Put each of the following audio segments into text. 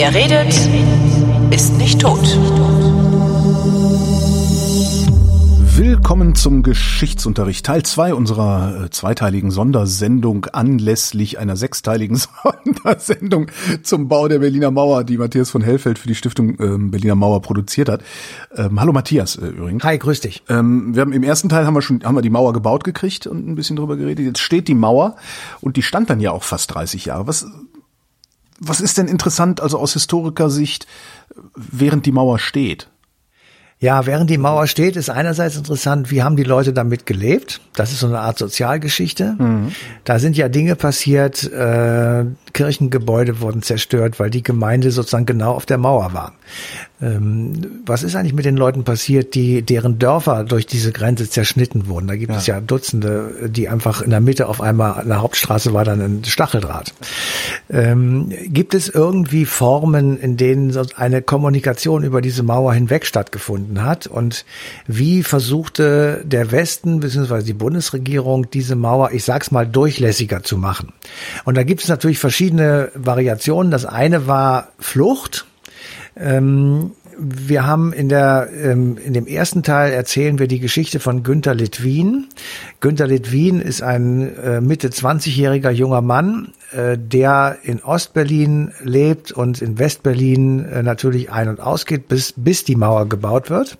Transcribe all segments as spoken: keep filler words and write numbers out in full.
Wer redet, ist nicht tot. Willkommen zum Geschichtsunterricht, Teil zwei unserer äh, zweiteiligen Sondersendung anlässlich einer sechsteiligen Sondersendung zum Bau der Berliner Mauer, die Matthias von Hellfeld für die Stiftung ähm, Berliner Mauer produziert hat. Ähm, hallo Matthias äh, übrigens. Hi, grüß dich. Ähm, wir haben im ersten Teil haben wir schon haben wir die Mauer gebaut gekriegt und ein bisschen drüber geredet. Jetzt steht die Mauer und die stand dann ja auch fast dreißig Jahre. Was was ist denn interessant, also aus Historikersicht, während die Mauer steht? Ja, während die Mauer steht, ist einerseits interessant, wie haben die Leute damit gelebt? Das ist so eine Art Sozialgeschichte. Mhm. Da sind ja Dinge passiert, äh, Kirchengebäude wurden zerstört, weil die Gemeinde sozusagen genau auf der Mauer war. Ähm, was ist eigentlich mit den Leuten passiert, die deren Dörfer durch diese Grenze zerschnitten wurden? Da gibt ja. es ja Dutzende, die einfach in der Mitte auf einmal an der Hauptstraße war dann ein Stacheldraht. Ähm, gibt es irgendwie Formen, in denen so eine Kommunikation über diese Mauer hinweg stattgefunden hat? Und wie versuchte der Westen bzw. die Bundesregierung diese Mauer, ich sag's mal, durchlässiger zu machen? Und da gibt es natürlich verschiedene Variationen. Das eine war Flucht. Ähm, wir haben in der ähm, in dem ersten Teil erzählen wir die Geschichte von Günter Littwin. Günter Littwin ist ein äh, Mitte zwanzigjähriger junger Mann, äh, der in Ostberlin lebt und in Westberlin äh, natürlich ein- und ausgeht, bis bis die Mauer gebaut wird.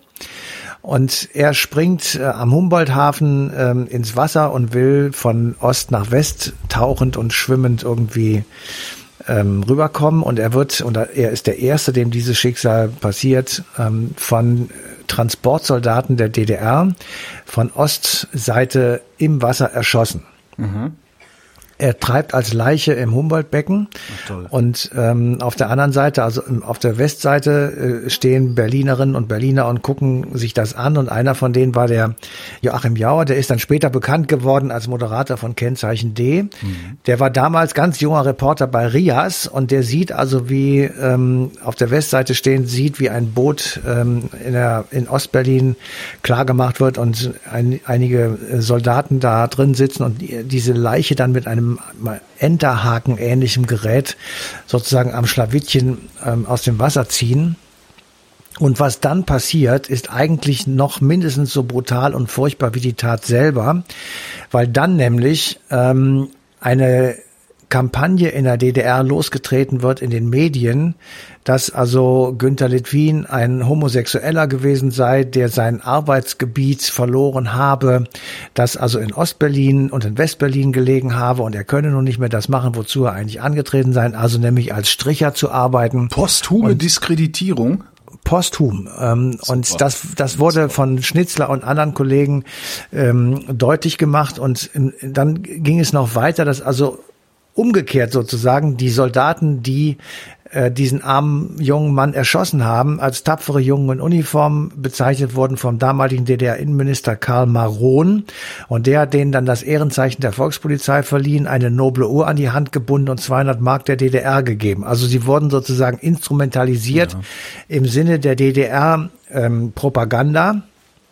Und er springt äh, am Humboldthafen ähm, ins Wasser und will von Ost nach West tauchend und schwimmend irgendwie ähm, rüberkommen. Und er wird, und er ist der Erste, dem dieses Schicksal passiert, ähm, von Transportsoldaten der D D R von Ostseite im Wasser erschossen. Mhm. Er treibt als Leiche im Humboldtbecken. Ach, und ähm, auf der anderen Seite, also auf der Westseite, äh, stehen Berlinerinnen und Berliner und gucken sich das an. Und einer von denen war der Joachim Jauer, der ist dann später bekannt geworden als Moderator von Kennzeichen D. Mhm. Der war damals ganz junger Reporter bei RIAS und der sieht also, wie ähm, auf der Westseite stehend, sieht, wie ein Boot ähm, in, der, in Ostberlin klargemacht wird und ein, einige Soldaten da drin sitzen und die, diese Leiche dann mit einem Enterhaken ähnlichem Gerät sozusagen am Schlawittchen ähm, aus dem Wasser ziehen. Und was dann passiert, ist eigentlich noch mindestens so brutal und furchtbar wie die Tat selber, weil dann nämlich ähm, eine Kampagne in der D D R losgetreten wird in den Medien, dass also Günter Littwin ein Homosexueller gewesen sei, der sein Arbeitsgebiet verloren habe, das also in Ostberlin und in Westberlin gelegen habe und er könne nun nicht mehr das machen, wozu er eigentlich angetreten sei, also nämlich als Stricher zu arbeiten. Posthume und Diskreditierung? Posthum. Ähm, und das, das wurde von Schnitzler und anderen Kollegen ähm, deutlich gemacht und in, dann ging es noch weiter, dass also umgekehrt sozusagen die Soldaten, die äh, diesen armen jungen Mann erschossen haben, als tapfere Jungen in Uniform bezeichnet wurden vom damaligen D D R-Innenminister Karl Maron. Und der hat denen dann das Ehrenzeichen der Volkspolizei verliehen, eine noble Uhr an die Hand gebunden und zweihundert Mark der D D R gegeben. Also sie wurden sozusagen instrumentalisiert ja. im Sinne der D D R-Propaganda. Ähm,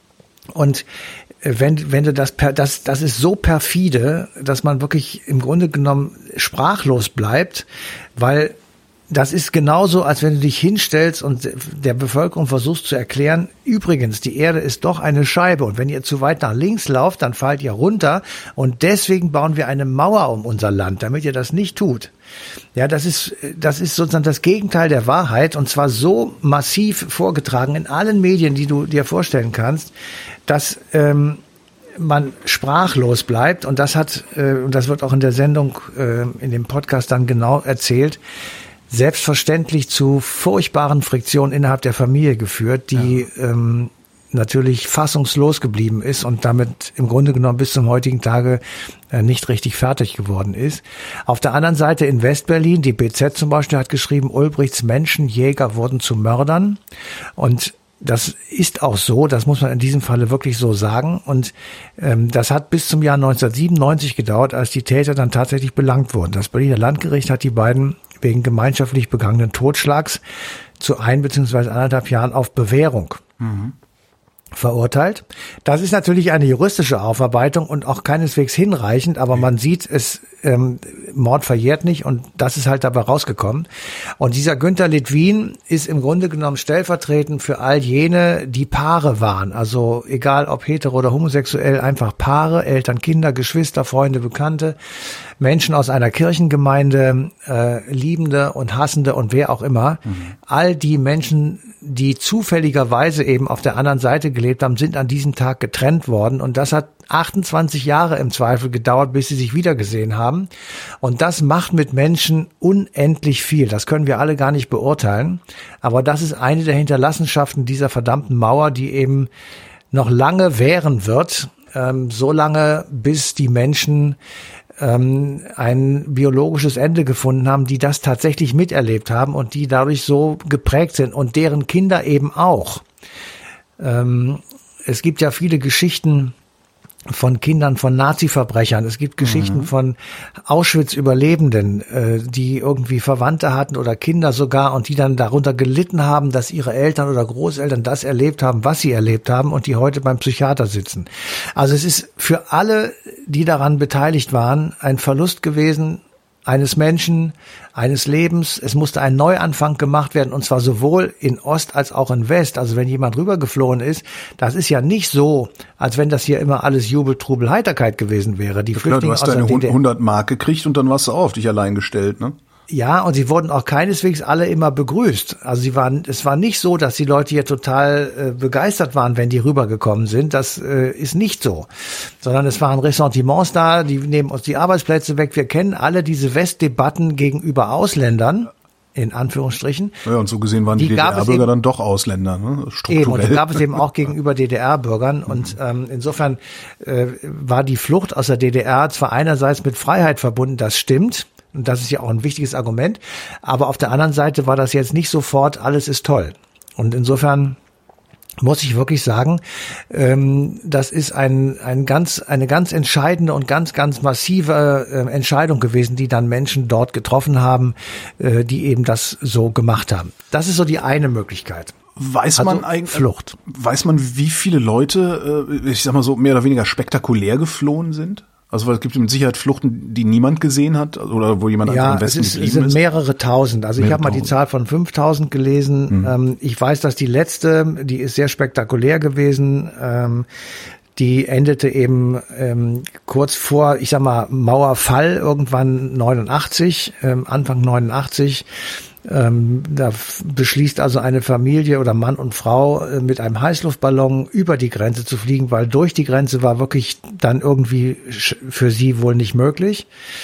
und Wenn, wenn du das, per, das, das ist so perfide, dass man wirklich im Grunde genommen sprachlos bleibt, weil das ist genauso, als wenn du dich hinstellst und der Bevölkerung versuchst zu erklären, übrigens, die Erde ist doch eine Scheibe und wenn ihr zu weit nach links lauft, dann fallt ihr runter und deswegen bauen wir eine Mauer um unser Land, damit ihr das nicht tut. Ja, das ist, das ist sozusagen das Gegenteil der Wahrheit und zwar so massiv vorgetragen in allen Medien, die du dir vorstellen kannst, dass ähm, man sprachlos bleibt und das hat, äh, und das wird auch in der Sendung, äh, in dem Podcast dann genau erzählt, selbstverständlich zu furchtbaren Friktionen innerhalb der Familie geführt, die ja. ähm, natürlich fassungslos geblieben ist und damit im Grunde genommen bis zum heutigen Tage äh, nicht richtig fertig geworden ist. Auf der anderen Seite in Westberlin, die B Z zum Beispiel hat geschrieben, Ulbrichts Menschenjäger wurden zu Mördern und das ist auch so, das muss man in diesem Falle wirklich so sagen. Und ähm, das hat bis zum Jahr neunzehnhundertsiebenundneunzig gedauert, als die Täter dann tatsächlich belangt wurden. Das Berliner Landgericht hat die beiden wegen gemeinschaftlich begangenen Totschlags zu ein beziehungsweise anderthalb Jahren auf Bewährung mhm. verurteilt. Das ist natürlich eine juristische Aufarbeitung und auch keineswegs hinreichend, aber man sieht, es ähm, Mord verjährt nicht und das ist halt dabei rausgekommen. Und dieser Günter Litwin ist im Grunde genommen stellvertretend für all jene, die Paare waren. Also egal ob hetero oder homosexuell, einfach Paare, Eltern, Kinder, Geschwister, Freunde, Bekannte, Menschen aus einer Kirchengemeinde, äh, Liebende und Hassende und wer auch immer. Mhm. All die Menschen, die zufälligerweise eben auf der anderen Seite gelebt haben, sind an diesem Tag getrennt worden. Und das hat achtundzwanzig Jahre im Zweifel gedauert, bis sie sich wiedergesehen haben. Und das macht mit Menschen unendlich viel. Das können wir alle gar nicht beurteilen. Aber das ist eine der Hinterlassenschaften dieser verdammten Mauer, die eben noch lange währen wird. Ähm, so lange, bis die Menschen ähm, ein biologisches Ende gefunden haben, die das tatsächlich miterlebt haben und die dadurch so geprägt sind und deren Kinder eben auch. Ähm, es gibt ja viele Geschichten von Kindern von Nazi-Verbrechern. Es gibt Geschichten mhm. von Auschwitz-Überlebenden, äh, die irgendwie Verwandte hatten oder Kinder sogar und die dann darunter gelitten haben, dass ihre Eltern oder Großeltern das erlebt haben, was sie erlebt haben und die heute beim Psychiater sitzen. Also es ist für alle, die daran beteiligt waren, ein Verlust gewesen, eines Menschen, eines Lebens. Es musste ein Neuanfang gemacht werden und zwar sowohl in Ost als auch in West. Also wenn jemand rübergeflohen ist, das ist ja nicht so, als wenn das hier immer alles Jubel, Trubel, Heiterkeit gewesen wäre. Die ja, Flüchtlinge klar, du hast deine hundert Mark gekriegt und dann warst du auch auf dich allein gestellt, ne? Ja, und sie wurden auch keineswegs alle immer begrüßt. Also sie waren, es war nicht so, dass die Leute hier total äh, begeistert waren, wenn die rübergekommen sind. Das äh, ist nicht so. Sondern es waren Ressentiments da, die nehmen uns die Arbeitsplätze weg. Wir kennen alle diese Westdebatten gegenüber Ausländern, in Anführungsstrichen. Ja, und so gesehen waren die, die D D R-Bürger dann doch Ausländer, ne? Strukturell. Eben, und die gab es eben auch gegenüber D D R-Bürgern. Und ähm, insofern äh, war die Flucht aus der D D R zwar einerseits mit Freiheit verbunden, das stimmt. Und das ist ja auch ein wichtiges Argument. Aber auf der anderen Seite war das jetzt nicht sofort, alles ist toll. Und insofern muss ich wirklich sagen, ähm, das ist ein, ein ganz, eine ganz entscheidende und ganz, ganz massive äh, Entscheidung gewesen, die dann Menschen dort getroffen haben, äh, die eben das so gemacht haben. Das ist so die eine Möglichkeit. Weiß also man eigentlich, Flucht. Weiß man, wie viele Leute, äh, ich sag mal so, mehr oder weniger spektakulär geflohen sind? Also weil es gibt mit Sicherheit Fluchten, die niemand gesehen hat oder wo jemand ja, einfach am Westen es ist, geblieben ist. Es sind mehrere tausend. Also ich habe mal die Zahl von fünftausend gelesen. Mhm. Ähm, ich weiß, dass die letzte, die ist sehr spektakulär gewesen. Ähm, die endete eben ähm, kurz vor, ich sag mal, Mauerfall, irgendwann neunundachtzig, ähm, Anfang neunundachtzig. Ähm, da beschließt also eine Familie oder Mann und Frau äh, mit einem Heißluftballon über die Grenze zu fliegen, weil durch die Grenze war wirklich dann irgendwie für sie wohl nicht möglich.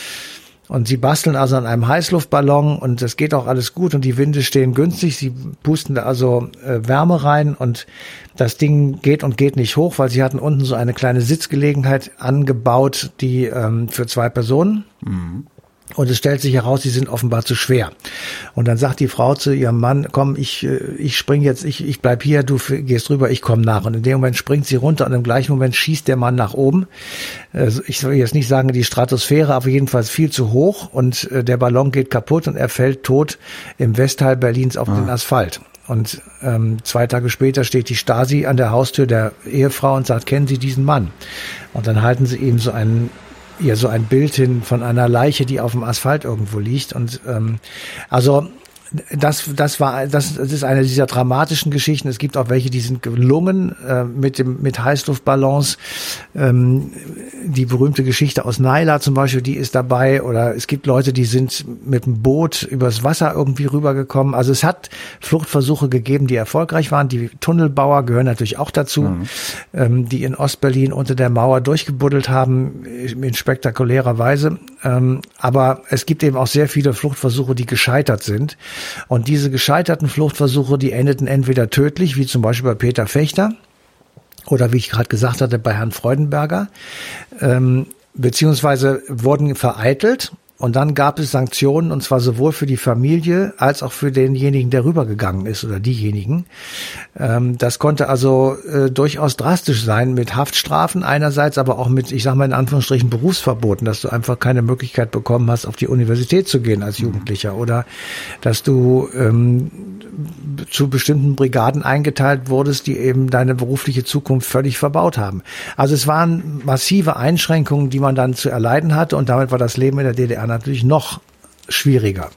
Und sie basteln also an einem Heißluftballon und es geht auch alles gut und die Winde stehen günstig. Sie pusten da also äh, Wärme rein und das Ding geht und geht nicht hoch, weil sie hatten unten so eine kleine Sitzgelegenheit angebaut, die ähm, für zwei Personen. Mhm. Und es stellt sich heraus, sie sind offenbar zu schwer. Und dann sagt die Frau zu ihrem Mann, komm, ich ich spring jetzt, ich ich bleib hier, du gehst rüber, ich komme nach. Und in dem Moment springt sie runter und im gleichen Moment schießt der Mann nach oben. Also ich soll jetzt nicht sagen die Stratosphäre, aber jedenfalls viel zu hoch. Und der Ballon geht kaputt und er fällt tot im Westteil Berlins auf ah. den Asphalt. Und ähm, zwei Tage später steht die Stasi an der Haustür der Ehefrau und sagt, kennen Sie diesen Mann? Und dann halten sie ihm so einen ja so ein Bild hin von einer Leiche, die auf dem Asphalt irgendwo liegt. Und ähm, also das das war das, das ist eine dieser dramatischen Geschichten. Es gibt auch welche, die sind gelungen äh, mit dem mit Heißluftballons. Ähm, die berühmte Geschichte aus Naila zum Beispiel, die ist dabei. Oder es gibt Leute, die sind mit dem Boot übers Wasser irgendwie rübergekommen. Also es hat Fluchtversuche gegeben, die erfolgreich waren. Die Tunnelbauer gehören natürlich auch dazu, mhm. ähm, die in Ostberlin unter der Mauer durchgebuddelt haben in spektakulärer Weise. Ähm, aber es gibt eben auch sehr viele Fluchtversuche, die gescheitert sind. Und diese gescheiterten Fluchtversuche, die endeten entweder tödlich, wie zum Beispiel bei Peter Fechter oder wie ich gerade gesagt hatte, bei Herrn Freudenberger, ähm, beziehungsweise wurden vereitelt. Und dann gab es Sanktionen, und zwar sowohl für die Familie als auch für denjenigen, der rübergegangen ist oder diejenigen. Ähm, das konnte also äh, durchaus drastisch sein mit Haftstrafen einerseits, aber auch mit, ich sage mal in Anführungsstrichen, Berufsverboten, dass du einfach keine Möglichkeit bekommen hast, auf die Universität zu gehen als Jugendlicher oder dass du ähm, zu bestimmten Brigaden eingeteilt wurdest, die eben deine berufliche Zukunft völlig verbaut haben. Also es waren massive Einschränkungen, die man dann zu erleiden hatte, und damit war das Leben in der D D R natürlich noch schwieriger.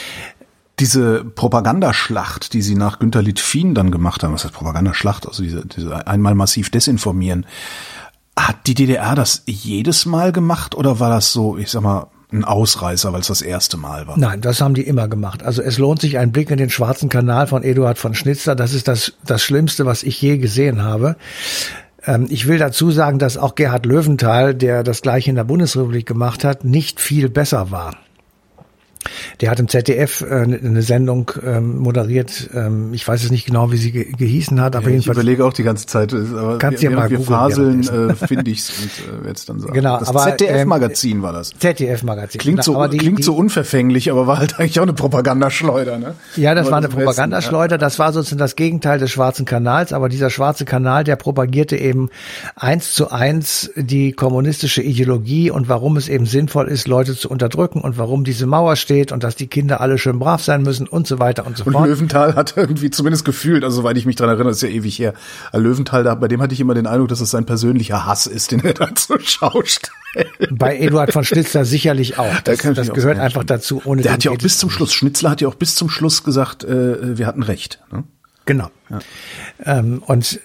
Diese Propagandaschlacht, die sie nach Günter Litfin dann gemacht haben, was heißt Propagandaschlacht, also diese, diese einmal massiv desinformieren, hat die D D R das jedes Mal gemacht oder war das so, ich sag mal, ein Ausreißer, weil es das erste Mal war? Nein, das haben die immer gemacht. Also es lohnt sich ein Blick in den Schwarzen Kanal von Eduard von Schnitzler. Das ist das, das Schlimmste, was ich je gesehen habe. Ähm, ich will dazu sagen, dass auch Gerhard Löwenthal, der das Gleiche in der Bundesrepublik gemacht hat, nicht viel besser war. Der hat im Z D F äh, eine Sendung ähm, moderiert. Ähm, ich weiß jetzt nicht genau, wie sie ge- gehießen hat, aber ja, jedenfalls. Ich überlege auch die ganze Zeit. Aber kannst wir, ja mal wir googeln, faseln, äh, finde ich's und äh, werde es dann sagen. Genau, das aber, Z D F-Magazin ähm, war das. Z D F-Magazin. Klingt so, aber die, klingt die, so unverfänglich, aber war halt eigentlich auch eine Propagandaschleuder, ne? Ja, das aber war eine das Propagandaschleuder. Das war sozusagen das Gegenteil des Schwarzen Kanals. Aber dieser Schwarze Kanal, der propagierte eben eins zu eins die kommunistische Ideologie und warum es eben sinnvoll ist, Leute zu unterdrücken und warum diese Mauer steht und dass die Kinder alle schön brav sein müssen und so weiter und so fort. Und Löwenthal hat irgendwie zumindest gefühlt, also soweit ich mich dran erinnere, das ist ja ewig her, Löwenthal, da, bei dem hatte ich immer den Eindruck, dass es sein persönlicher Hass ist, den er da zur Schau stellt. Bei Eduard von Schnitzler sicherlich auch. Das, das gehört einfach dazu. Ohne Der hat ja auch bis zum Schluss, Schnitzler hat ja auch bis zum Schluss gesagt, äh, wir hatten recht. Ne? Genau. Ja. Ähm, und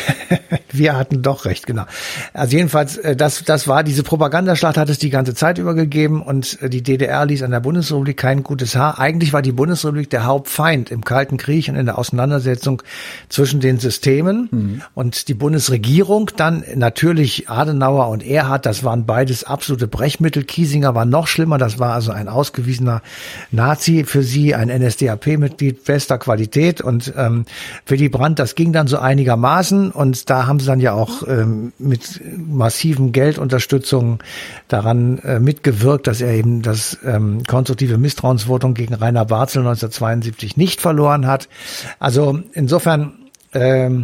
wir hatten doch recht, genau. Also jedenfalls, das, das war, diese Propagandaschlacht hat es die ganze Zeit über gegeben und die D D R ließ an der Bundesrepublik kein gutes Haar. Eigentlich war die Bundesrepublik der Hauptfeind im Kalten Krieg und in der Auseinandersetzung zwischen den Systemen. Mhm. Und die Bundesregierung dann natürlich Adenauer und Erhard, das waren beides absolute Brechmittel. Kiesinger war noch schlimmer, das war also ein ausgewiesener Nazi für sie, ein N S D A P-Mitglied bester Qualität, und ähm, Willy Brandt, das ging dann so einigermaßen, und da haben sie dann ja auch ähm, mit massiven Geldunterstützungen daran äh, mitgewirkt, dass er eben das ähm, konstruktive Misstrauensvotum gegen Rainer Barzel neunzehnhundertzweiundsiebzig nicht verloren hat. Also insofern ähm,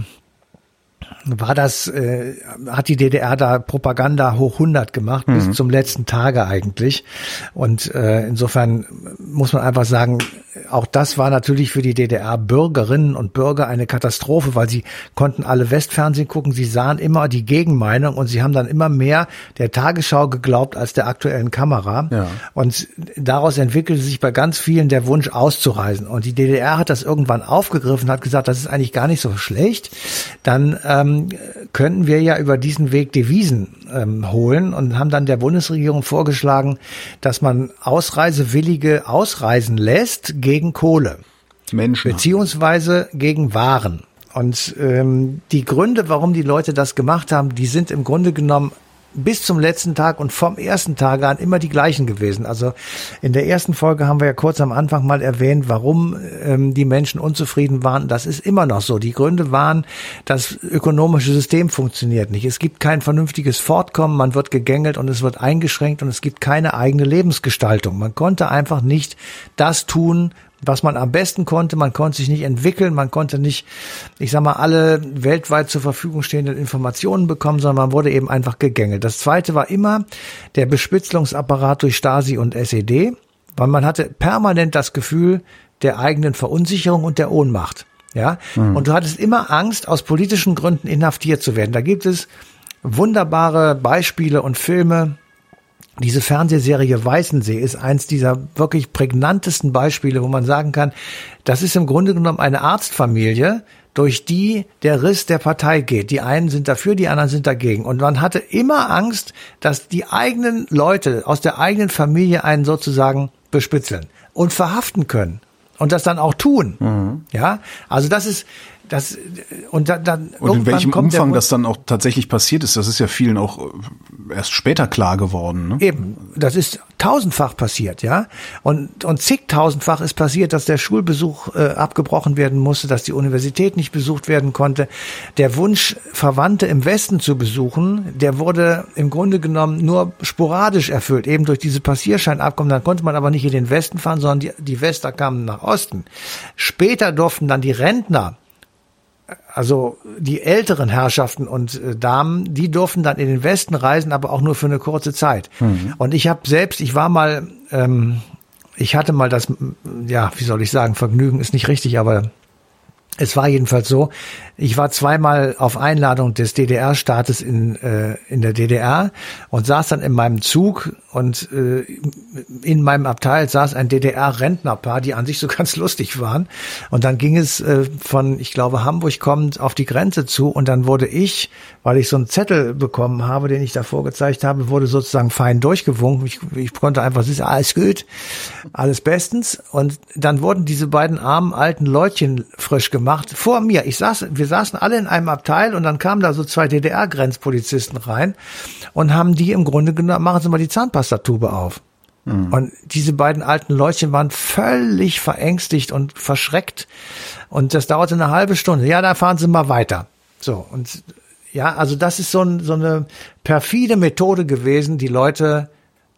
war das, äh, hat die D D R da Propaganda hoch hundert gemacht, mhm. bis zum letzten Tage eigentlich. Und äh, insofern muss man einfach sagen, auch das war natürlich für die D D R-Bürgerinnen und Bürger eine Katastrophe, weil sie konnten alle Westfernsehen gucken, sie sahen immer die Gegenmeinung und sie haben dann immer mehr der Tagesschau geglaubt als der aktuellen Kamera. Ja. Und daraus entwickelte sich bei ganz vielen der Wunsch auszureisen. Und die D D R hat das irgendwann aufgegriffen, hat gesagt, das ist eigentlich gar nicht so schlecht. Dann ähm, könnten wir ja über diesen Weg Devisen ähm, holen, und haben dann der Bundesregierung vorgeschlagen, dass man Ausreisewillige ausreisen lässt gegen Kohle. Menschen. Beziehungsweise gegen Waren. Und ähm, die Gründe, warum die Leute das gemacht haben, die sind im Grunde genommen bis zum letzten Tag und vom ersten Tag an immer die gleichen gewesen. Also in der ersten Folge haben wir ja kurz am Anfang mal erwähnt, warum ähm, die Menschen unzufrieden waren. Das ist immer noch so. Die Gründe waren, das ökonomische System funktioniert nicht. Es gibt kein vernünftiges Fortkommen, man wird gegängelt und es wird eingeschränkt und es gibt keine eigene Lebensgestaltung. Man konnte einfach nicht das tun, was man am besten konnte. Man konnte sich nicht entwickeln, man konnte nicht, ich sag mal, alle weltweit zur Verfügung stehenden Informationen bekommen, sondern man wurde eben einfach gegängelt. Das Zweite war immer der Bespitzelungsapparat durch Stasi und S E D, weil man hatte permanent das Gefühl der eigenen Verunsicherung und der Ohnmacht. Ja, mhm. Und du hattest immer Angst, aus politischen Gründen inhaftiert zu werden. Da gibt es wunderbare Beispiele und Filme. Diese Fernsehserie Weißensee ist eins dieser wirklich prägnantesten Beispiele, wo man sagen kann, das ist im Grunde genommen eine Arztfamilie, durch die der Riss der Partei geht. Die einen sind dafür, die anderen sind dagegen. Und man hatte immer Angst, dass die eigenen Leute aus der eigenen Familie einen sozusagen bespitzeln und verhaften können. Und das dann auch tun. Mhm. Ja, also das ist, Das, und dann, dann und in welchem Umfang das dann auch tatsächlich passiert ist, das ist ja vielen auch erst später klar geworden. Ne? Eben, das ist tausendfach passiert, ja. Und, und zigtausendfach ist passiert, dass der Schulbesuch äh, abgebrochen werden musste, dass die Universität nicht besucht werden konnte. Der Wunsch, Verwandte im Westen zu besuchen, der wurde im Grunde genommen nur sporadisch erfüllt, eben durch diese Passierscheinabkommen. Dann konnte man aber nicht in den Westen fahren, sondern die, die Wester kamen nach Osten. Später durften dann die Rentner, also die älteren Herrschaften und äh, Damen, die durften dann in den Westen reisen, aber auch nur für eine kurze Zeit. Mhm. Und ich habe selbst, ich war mal, ähm, ich hatte mal das, ja, wie soll ich sagen, Vergnügen ist nicht richtig, aber es war jedenfalls so, ich war zweimal auf Einladung des D D R-Staates in äh, in der D D R und saß dann in meinem Zug und äh, in meinem Abteil saß ein D D R-Rentnerpaar, die an sich so ganz lustig waren. Und dann ging es äh, von, ich glaube, Hamburg kommend auf die Grenze zu und dann wurde ich, weil ich so einen Zettel bekommen habe, den ich da vorgezeigt habe, wurde sozusagen fein durchgewunken. Ich, ich konnte einfach sagen, alles gut, alles bestens. Und dann wurden diese beiden armen alten Leutchen frisch gemacht. Vor mir. Ich saß, wir saßen alle in einem Abteil und dann kamen da so zwei D D R-Grenzpolizisten rein und haben die im Grunde genommen, machen Sie mal die Zahnpastatube auf. Mhm. Und diese beiden alten Leutchen waren völlig verängstigt und verschreckt und das dauerte eine halbe Stunde. Ja, da fahren Sie mal weiter. So, und ja, also das ist so, ein, so eine perfide Methode gewesen, die Leute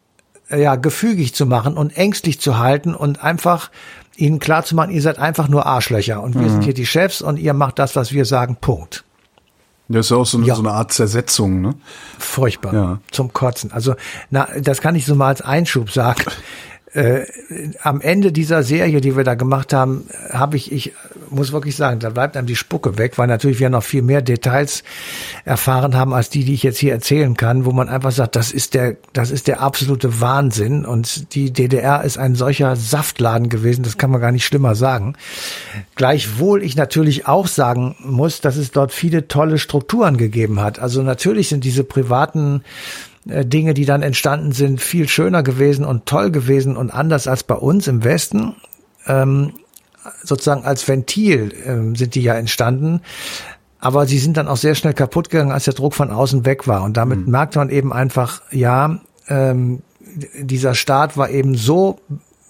ja gefügig zu machen und ängstlich zu halten und einfach ihnen klar zu machen, ihr seid einfach nur Arschlöcher und wir mhm. sind hier die Chefs und ihr macht das, was wir sagen, Punkt. Das ist ja auch so eine, ja. so eine Art Zersetzung, ne? Furchtbar, ja. Zum Kotzen. Also na, das kann ich so mal als Einschub sagen. Äh, am Ende dieser Serie, die wir da gemacht haben, habe ich, ich muss wirklich sagen, da bleibt einem die Spucke weg, weil natürlich wir noch viel mehr Details erfahren haben, als die, die ich jetzt hier erzählen kann, wo man einfach sagt, das ist der, das ist der absolute Wahnsinn und die D D R ist ein solcher Saftladen gewesen, das kann man gar nicht schlimmer sagen. Gleichwohl ich natürlich auch sagen muss, dass es dort viele tolle Strukturen gegeben hat. Also natürlich sind diese privaten Dinge, die dann entstanden sind, viel schöner gewesen und toll gewesen und anders als bei uns im Westen. Ähm, sozusagen als Ventil ähm, sind die ja entstanden. Aber sie sind dann auch sehr schnell kaputt gegangen, als der Druck von außen weg war. Und damit mhm. merkt man eben einfach, ja, ähm, dieser Staat war eben so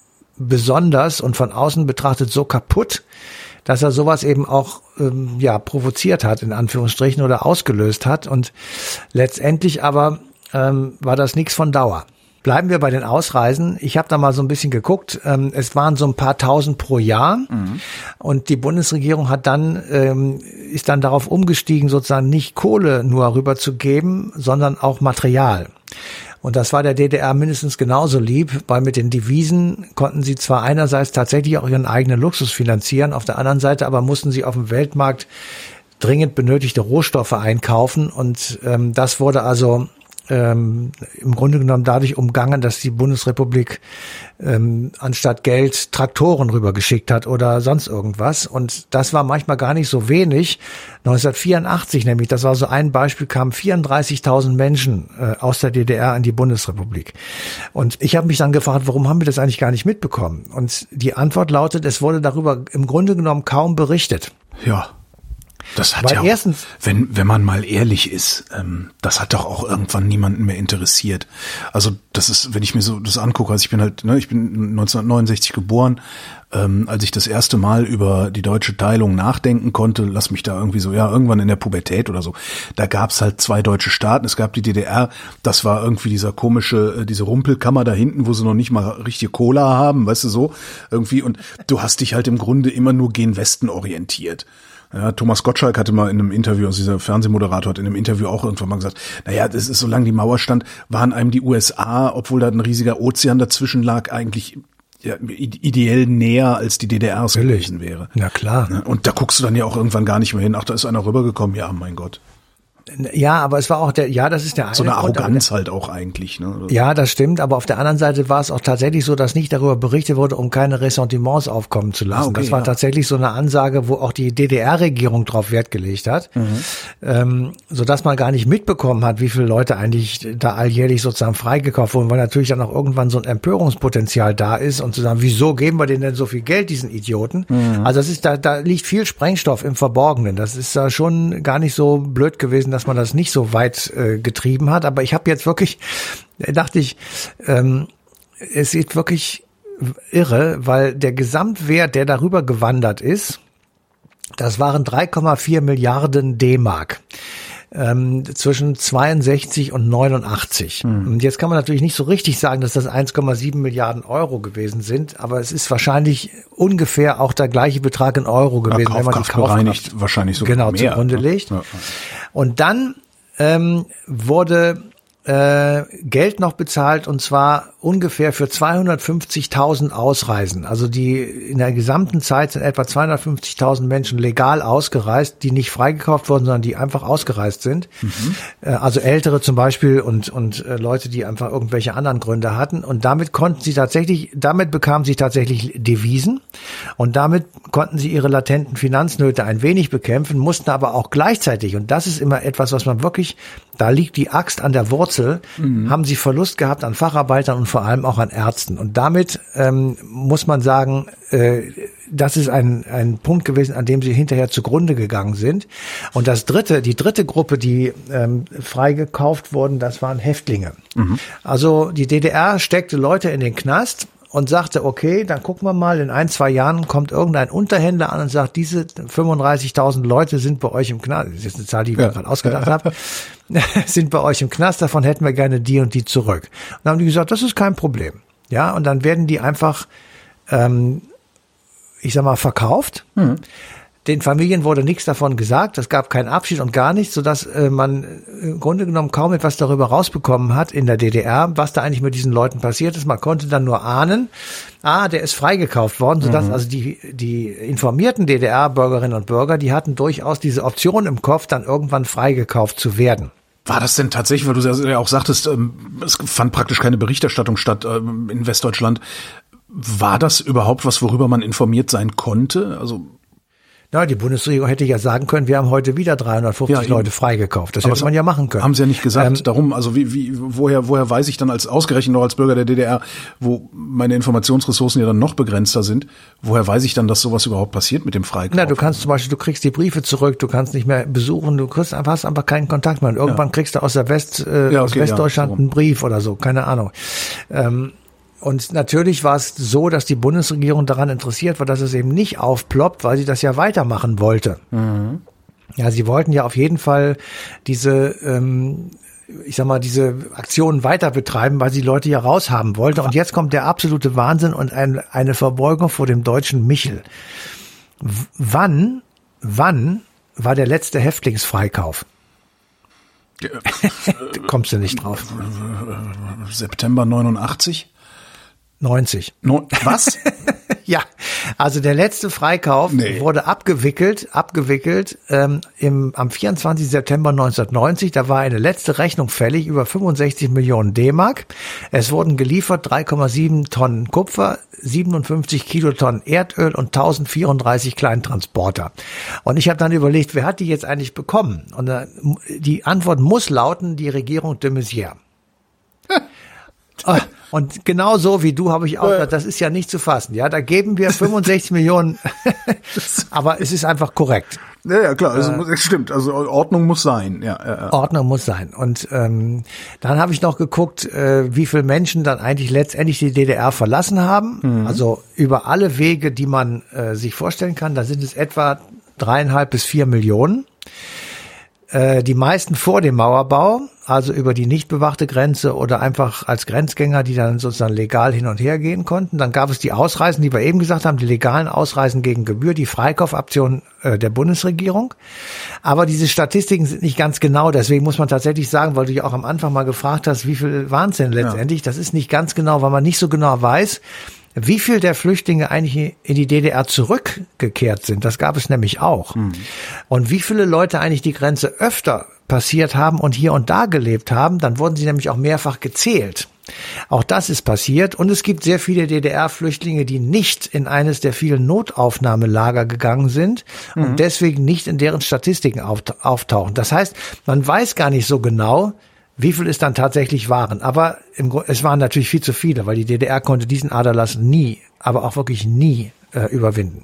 besonders und von außen betrachtet so kaputt, dass er sowas eben auch ähm, ja provoziert hat, in Anführungsstrichen, oder ausgelöst hat. Und letztendlich aber ähm, war das nichts von Dauer. Bleiben wir bei den Ausreisen. Ich habe da mal so ein bisschen geguckt. Ähm, es waren so ein paar tausend pro Jahr. Mhm. Und die Bundesregierung hat dann, ähm, ist dann darauf umgestiegen, sozusagen nicht Kohle nur rüberzugeben, sondern auch Material. Und das war der D D R mindestens genauso lieb, weil mit den Devisen konnten sie zwar einerseits tatsächlich auch ihren eigenen Luxus finanzieren, auf der anderen Seite aber mussten sie auf dem Weltmarkt dringend benötigte Rohstoffe einkaufen. Und ähm, das wurde also Ähm, im Grunde genommen dadurch umgangen, dass die Bundesrepublik ähm, anstatt Geld Traktoren rübergeschickt hat oder sonst irgendwas. Und das war manchmal gar nicht so wenig. neunzehnhundertvierundachtzig nämlich, das war so ein Beispiel, kamen vierunddreißigtausend Menschen äh, aus der D D R in die Bundesrepublik. Und ich habe mich dann gefragt, warum haben wir das eigentlich gar nicht mitbekommen? Und die Antwort lautet, es wurde darüber im Grunde genommen kaum berichtet. Ja. Das hat Weil ja auch, erstens, wenn wenn man mal ehrlich ist, ähm, das hat doch auch irgendwann niemanden mehr interessiert. Also das ist, wenn ich mir so das angucke, also ich bin halt, ne, ich bin neunzehnhundertneunundsechzig geboren, ähm, als ich das erste Mal über die deutsche Teilung nachdenken konnte, lass mich da irgendwie so, ja, irgendwann in der Pubertät oder so, da gab's halt zwei deutsche Staaten, es gab die D D R, das war irgendwie dieser komische, diese Rumpelkammer da hinten, wo sie noch nicht mal richtige Cola haben, weißt du, so, irgendwie, und du hast dich halt im Grunde immer nur gen Westen orientiert. Ja, Thomas Gottschalk hatte mal in einem Interview, also dieser Fernsehmoderator hat in einem Interview auch irgendwann mal gesagt, naja, das ist, solange die Mauer stand, waren einem die U S A, obwohl da ein riesiger Ozean dazwischen lag, eigentlich ja, ideell näher als die D D R es gewesen wäre. Na klar. Und da guckst du dann ja auch irgendwann gar nicht mehr hin. Ach, da ist einer rübergekommen. Ja, mein Gott. Ja, aber es war auch der, ja, das ist der eine So eine Grund, Arroganz halt auch eigentlich, ne? Ja, das stimmt, aber auf der anderen Seite war es auch tatsächlich so, dass nicht darüber berichtet wurde, um keine Ressentiments aufkommen zu lassen. Ah, okay, das war ja. tatsächlich so eine Ansage, wo auch die D D R-Regierung drauf Wert gelegt hat, mhm. ähm, sodass man gar nicht mitbekommen hat, wie viele Leute eigentlich da alljährlich sozusagen freigekauft wurden, weil natürlich dann auch irgendwann so ein Empörungspotenzial da ist und zu sagen, wieso geben wir denen denn so viel Geld, diesen Idioten? Mhm. Also das ist, da, da liegt viel Sprengstoff im Verborgenen. Das ist da schon gar nicht so blöd gewesen, dass man das nicht so weit äh, getrieben hat. Aber ich habe jetzt wirklich, dachte ich, ähm, es ist wirklich irre, weil der Gesamtwert, der darüber gewandert ist, das waren drei Komma vier Milliarden D-Mark. Ähm, zwischen zweiundsechzig und neunundachtzig. Hm. Und jetzt kann man natürlich nicht so richtig sagen, dass das eins Komma sieben Milliarden Euro gewesen sind, aber es ist wahrscheinlich ungefähr auch der gleiche Betrag in Euro gewesen, ja, wenn man die Kaufkraft bereinigt wahrscheinlich sogar genau mehr, zugrunde ne? legt. Ja, ja. Und dann ähm, wurde äh, Geld noch bezahlt, und zwar ungefähr für zweihundertfünfzigtausend Ausreisen. Also die in der gesamten Zeit sind etwa zweihundertfünfzigtausend Menschen legal ausgereist, die nicht freigekauft wurden, sondern die einfach ausgereist sind. Mhm. Äh, also Ältere zum Beispiel und und äh, Leute, die einfach irgendwelche anderen Gründe hatten. Und damit konnten sie tatsächlich, damit bekamen sie tatsächlich Devisen und damit konnten sie ihre latenten Finanznöte ein wenig bekämpfen, mussten aber auch gleichzeitig, und das ist immer etwas, was man wirklich, da liegt die Axt an der Wurzel, mhm. haben sie Verlust gehabt an Facharbeitern und vor allem auch an Ärzten. Und damit ähm, muss man sagen, äh, das ist ein ein Punkt gewesen, an dem sie hinterher zugrunde gegangen sind. Und das dritte, die dritte Gruppe, die ähm, freigekauft wurden, das waren Häftlinge. Mhm. Also die D D R steckte Leute in den Knast und sagte, okay, dann gucken wir mal, in ein, zwei Jahren kommt irgendein Unterhändler an und sagt, diese fünfunddreißigtausend Leute sind bei euch im Knast, das ist eine Zahl, die ich mir ja. gerade ausgedacht habe, sind bei euch im Knast, davon hätten wir gerne die und die zurück. Und dann haben die gesagt, das ist kein Problem. Ja, und dann werden die einfach, ähm, ich sag mal, verkauft. Mhm. Den Familien wurde nichts davon gesagt, es gab keinen Abschied und gar nichts, sodass äh, man im Grunde genommen kaum etwas darüber rausbekommen hat in der D D R, was da eigentlich mit diesen Leuten passiert ist. Man konnte dann nur ahnen, ah, der ist freigekauft worden, sodass mhm. also die die informierten D D R-Bürgerinnen und Bürger, die hatten durchaus diese Option im Kopf, dann irgendwann freigekauft zu werden. War das denn tatsächlich, weil du ja auch sagtest, es fand praktisch keine Berichterstattung statt in Westdeutschland. War das überhaupt was, worüber man informiert sein konnte? Also Na, die Bundesregierung hätte ja sagen können, wir haben heute wieder dreihundertfünfzig ja, Leute freigekauft. Das aber hätte man ja machen können. Haben sie ja nicht gesagt. Ähm, Darum, also wie, wie, woher, woher weiß ich dann als ausgerechnet noch als Bürger der D D R, wo meine Informationsressourcen ja dann noch begrenzter sind, woher weiß ich dann, dass sowas überhaupt passiert mit dem Freikauf? Na, du kannst zum Beispiel, du kriegst die Briefe zurück, du kannst nicht mehr besuchen, du kriegst einfach, hast einfach keinen Kontakt mehr. Und irgendwann ja. kriegst du aus der West, äh, ja, okay, aus Westdeutschland ja, so. einen Brief oder so, keine Ahnung. Ähm, Und natürlich war es so, dass die Bundesregierung daran interessiert war, dass es eben nicht aufploppt, weil sie das ja weitermachen wollte. Mhm. Ja, sie wollten ja auf jeden Fall diese, ähm, ich sag mal, diese Aktionen weiter betreiben, weil sie Leute ja raushaben wollte. Und jetzt kommt der absolute Wahnsinn und ein, eine Verbeugung vor dem deutschen Michel. W- wann, wann war der letzte Häftlingsfreikauf? Ja, da kommst du nicht drauf. September neunundachtzig? neunzig. No, was? Ja, also der letzte Freikauf nee. wurde abgewickelt, abgewickelt ähm, im, am vierundzwanzigsten September neunzehnhundertneunzig. Da war eine letzte Rechnung fällig über fünfundsechzig Millionen D-Mark. Es wurden geliefert drei Komma sieben Tonnen Kupfer, siebenundfünfzig Kilotonnen Erdöl und tausendvierunddreißig Kleintransporter. Und ich habe dann überlegt, wer hat die jetzt eigentlich bekommen? Und äh, die Antwort muss lauten, die Regierung de Maizière. Und genau so wie du habe ich auch gedacht, das ist ja nicht zu fassen. Ja, da geben wir fünfundsechzig Millionen, aber es ist einfach korrekt. Ja, ja, klar, also äh, stimmt. Also Ordnung muss sein. Ja, ja, ja. Ordnung muss sein. Und ähm, dann habe ich noch geguckt, äh, wie viele Menschen dann eigentlich letztendlich die D D R verlassen haben. Mhm. Also über alle Wege, die man äh, sich vorstellen kann. Da sind es etwa dreieinhalb bis vier Millionen. Äh, die meisten vor dem Mauerbau, also über die nicht bewachte Grenze oder einfach als Grenzgänger, die dann sozusagen legal hin und her gehen konnten. Dann gab es die Ausreisen, die wir eben gesagt haben, die legalen Ausreisen gegen Gebühr, die Freikaufaktion äh, der Bundesregierung. Aber diese Statistiken sind nicht ganz genau, deswegen muss man tatsächlich sagen, weil du ja auch am Anfang mal gefragt hast, wie viel waren es denn letztendlich? Ja. Das ist nicht ganz genau, weil man nicht so genau weiß, wie viel der Flüchtlinge eigentlich in die D D R zurückgekehrt sind. Das gab es nämlich auch. Mhm. Und wie viele Leute eigentlich die Grenze öfter passiert haben und hier und da gelebt haben, dann wurden sie nämlich auch mehrfach gezählt. Auch das ist passiert und es gibt sehr viele D D R-Flüchtlinge, die nicht in eines der vielen Notaufnahmelager gegangen sind mhm. und deswegen nicht in deren Statistiken auftauchen. Das heißt, man weiß gar nicht so genau, wie viel es dann tatsächlich waren. Aber im Grunde, es waren natürlich viel zu viele, weil die D D R konnte diesen Aderlass nie, aber auch wirklich nie äh, überwinden.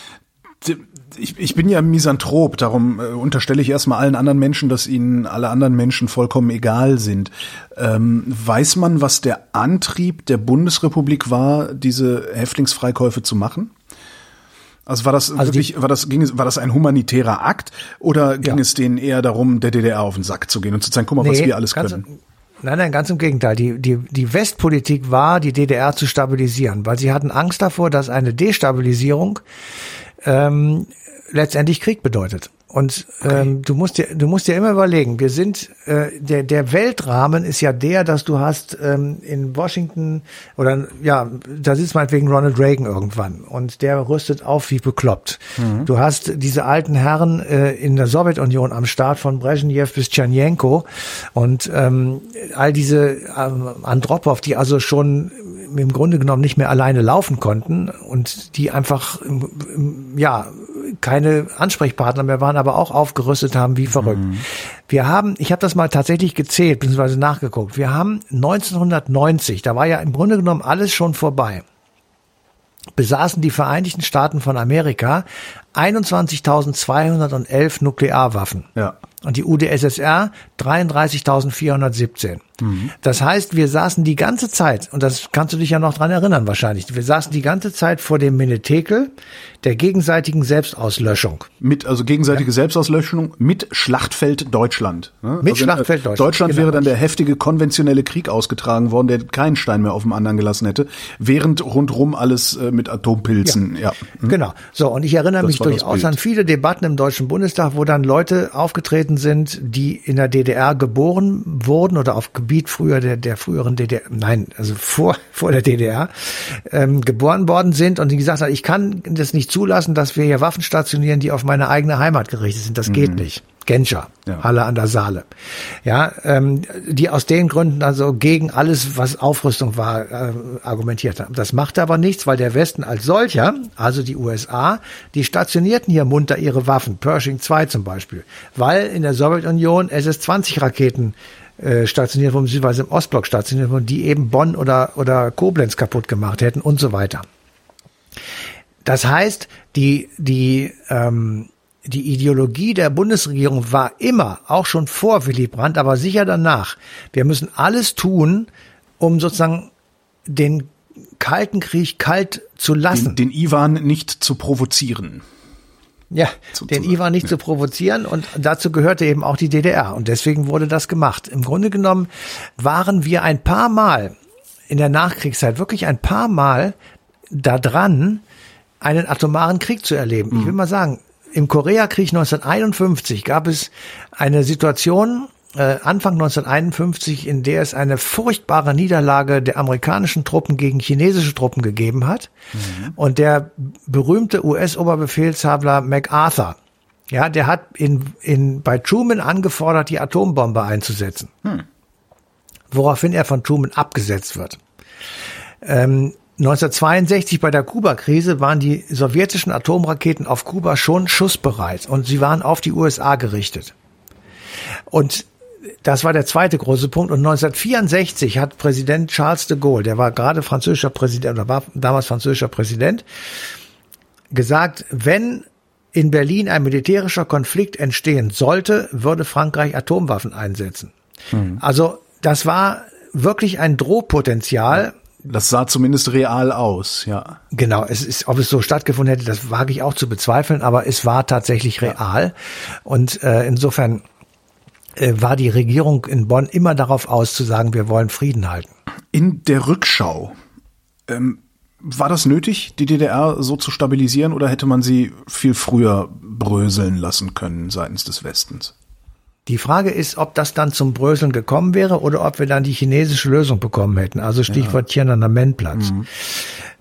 Ich, ich bin ja Misanthrop, darum äh, unterstelle ich erstmal allen anderen Menschen, dass ihnen alle anderen Menschen vollkommen egal sind. Ähm, weiß man, was der Antrieb der Bundesrepublik war, diese Häftlingsfreikäufe zu machen? Also war das also wirklich, die, war das, ging es, war das ein humanitärer Akt oder ging ja. es denen eher darum, der D D R auf den Sack zu gehen und zu sagen, guck mal, nee, was wir alles ganz, können? Nein, nein, ganz im Gegenteil. Die, die, die Westpolitik war, die D D R zu stabilisieren, weil sie hatten Angst davor, dass eine Destabilisierung ähm, letztendlich Krieg bedeutet. Und okay. ähm, du musst dir, du musst dir immer überlegen, wir sind, äh, der, der Weltrahmen ist ja der, dass du hast ähm, in Washington oder ja, da sitzt meinetwegen Ronald Reagan irgendwann und der rüstet auf wie bekloppt. Mhm. Du hast diese alten Herren äh, in der Sowjetunion am Start von Brezhnev bis Tschernjenko und ähm, all diese ähm, Andropow, die also schon im Grunde genommen nicht mehr alleine laufen konnten und die einfach ja keine Ansprechpartner mehr waren, aber auch aufgerüstet haben wie verrückt. Mhm. Wir haben, ich habe das mal tatsächlich gezählt, beziehungsweise nachgeguckt, wir haben neunzehnhundertneunzig, da war ja im Grunde genommen alles schon vorbei, besaßen die Vereinigten Staaten von Amerika einundzwanzigtausendzweihundertelf Nuklearwaffen. Ja. Und die U d S S R dreiunddreißigtausendvierhundertsiebzehn. Mhm. Das heißt, wir saßen die ganze Zeit, und das kannst du dich ja noch dran erinnern wahrscheinlich, wir saßen die ganze Zeit vor dem Menetekel der gegenseitigen Selbstauslöschung. Mit, also gegenseitige ja. Selbstauslöschung mit Schlachtfeld Deutschland. Ne? Mit also Schlachtfeld Deutschland. Deutschland genau. wäre dann der heftige konventionelle Krieg ausgetragen worden, der keinen Stein mehr auf dem anderen gelassen hätte, während rundrum alles äh, mit Atompilzen. Ja, ja. Hm. Genau. So, und ich erinnere das mich durchaus an viele Debatten im Deutschen Bundestag, wo dann Leute aufgetreten sind, die in der D D R geboren wurden oder auf Gebiet früher der, der früheren D D R, nein, also vor, vor der D D R, ähm, geboren worden sind und die gesagt haben, ich kann das nicht zulassen, dass wir hier Waffen stationieren, die auf meine eigene Heimat gerichtet sind. Das mhm. geht nicht. Genscher, ja. Halle an der Saale. Ja, ähm, die aus den Gründen also gegen alles, was Aufrüstung war, äh, argumentiert haben. Das machte aber nichts, weil der Westen als solcher, also die U S A, die stationierten hier munter ihre Waffen, Pershing zwei zum Beispiel, weil in der Sowjetunion S S zwanzig Raketen äh, stationiert wurden, beziehungsweise im Ostblock stationiert wurden, die eben Bonn oder, oder Koblenz kaputt gemacht hätten und so weiter. Das heißt, die, die, ähm, die Ideologie der Bundesregierung war immer, auch schon vor Willy Brandt, aber sicher danach, wir müssen alles tun, um sozusagen den Kalten Krieg kalt zu lassen. Den, den Iwan nicht zu provozieren. Ja, sozusagen. Den Iwan nicht ja. zu provozieren und dazu gehörte eben auch die D D R und deswegen wurde das gemacht. Im Grunde genommen waren wir ein paar Mal in der Nachkriegszeit, wirklich ein paar Mal da dran, einen atomaren Krieg zu erleben. Mhm. Ich will mal sagen, im Koreakrieg neunzehnhunderteinundfünfzig gab es eine Situation, äh, Anfang neunzehnhunderteinundfünfzig, in der es eine furchtbare Niederlage der amerikanischen Truppen gegen chinesische Truppen gegeben hat. Mhm. Und der berühmte U S-Oberbefehlshaber MacArthur, ja, der hat in, in, bei Truman angefordert, die Atombombe einzusetzen. Mhm. Woraufhin er von Truman abgesetzt wird. Ähm, neunzehnhundertzweiundsechzig bei der Kuba-Krise waren die sowjetischen Atomraketen auf Kuba schon schussbereit und sie waren auf die U S A gerichtet. Und das war der zweite große Punkt. Und neunzehnhundertvierundsechzig hat Präsident Charles de Gaulle, der war gerade französischer Präsident oder war damals französischer Präsident, gesagt, wenn in Berlin ein militärischer Konflikt entstehen sollte, würde Frankreich Atomwaffen einsetzen. Mhm. Also das war wirklich ein Drohpotenzial. Das sah zumindest real aus, ja. Genau, es ist, ob es so stattgefunden hätte, das wage ich auch zu bezweifeln, aber es war tatsächlich real. Und äh, insofern äh, war die Regierung in Bonn immer darauf aus, zu sagen, wir wollen Frieden halten. In der Rückschau, ähm, war das nötig, die D D R so zu stabilisieren, oder hätte man sie viel früher bröseln lassen können seitens des Westens? Die Frage ist, ob das dann zum Bröseln gekommen wäre oder ob wir dann die chinesische Lösung bekommen hätten. Also Stichwort ja. Tiananmen-Platz. Mhm.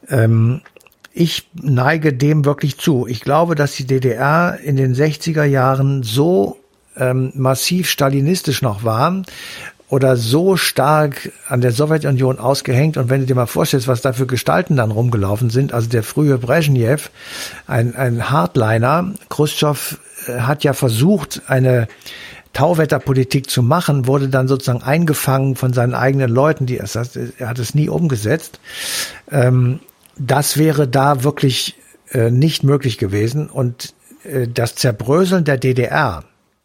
Ähm, ich neige dem wirklich zu. Ich glaube, dass die D D R in den sechziger Jahren so ähm, massiv stalinistisch noch war oder so stark an der Sowjetunion ausgehängt. Und wenn du dir mal vorstellst, was da für Gestalten dann rumgelaufen sind, also der frühe Brezhnev, ein, ein Hardliner, Chruschtschow äh, hat ja versucht, eine Tauwetterpolitik zu machen, wurde dann sozusagen eingefangen von seinen eigenen Leuten, die das heißt, er hat es nie umgesetzt. Ähm, das wäre da wirklich äh, nicht möglich gewesen. Und äh, das Zerbröseln der D D R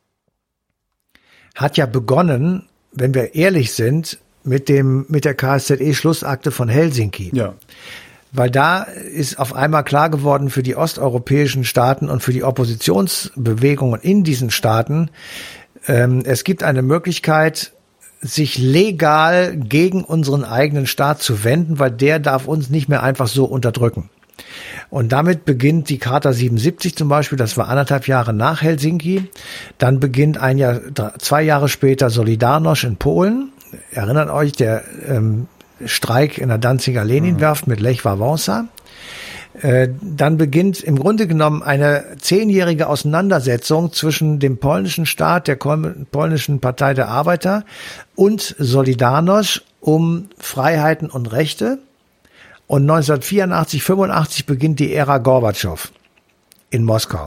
hat ja begonnen, wenn wir ehrlich sind, mit dem mit der K S Z E-Schlussakte von Helsinki. Ja. Weil da ist auf einmal klar geworden für die osteuropäischen Staaten und für die Oppositionsbewegungen in diesen Staaten, ähm, es gibt eine Möglichkeit, sich legal gegen unseren eigenen Staat zu wenden, weil der darf uns nicht mehr einfach so unterdrücken. Und damit beginnt die Charta siebenundsiebzig zum Beispiel, das war anderthalb Jahre nach Helsinki. Dann beginnt ein Jahr, zwei Jahre später Solidarność in Polen. Erinnert euch, der ähm, Streik in der Danziger Leninwerft mit Lech Wałęsa. Äh, dann beginnt im Grunde genommen eine zehnjährige Auseinandersetzung zwischen dem polnischen Staat, der polnischen Partei der Arbeiter und Solidarność um Freiheiten und Rechte. Und neunzehnhundertvierundachtzig, fünfundachtzig beginnt die Ära Gorbatschow in Moskau.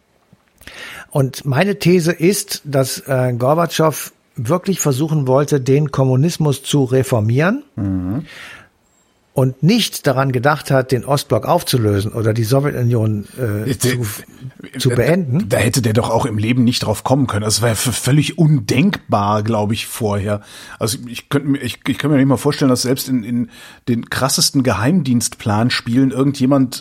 Und meine These ist, dass äh, Gorbatschow wirklich versuchen wollte, den Kommunismus zu reformieren mhm. und nicht daran gedacht hat, den Ostblock aufzulösen oder die Sowjetunion äh, zu, zu beenden. Da hätte der doch auch im Leben nicht drauf kommen können. Das war völlig undenkbar, glaube ich, vorher. Also ich könnte mir, ich, ich könnte mir nicht mal vorstellen, dass selbst in, in den krassesten Geheimdienstplanspielen irgendjemand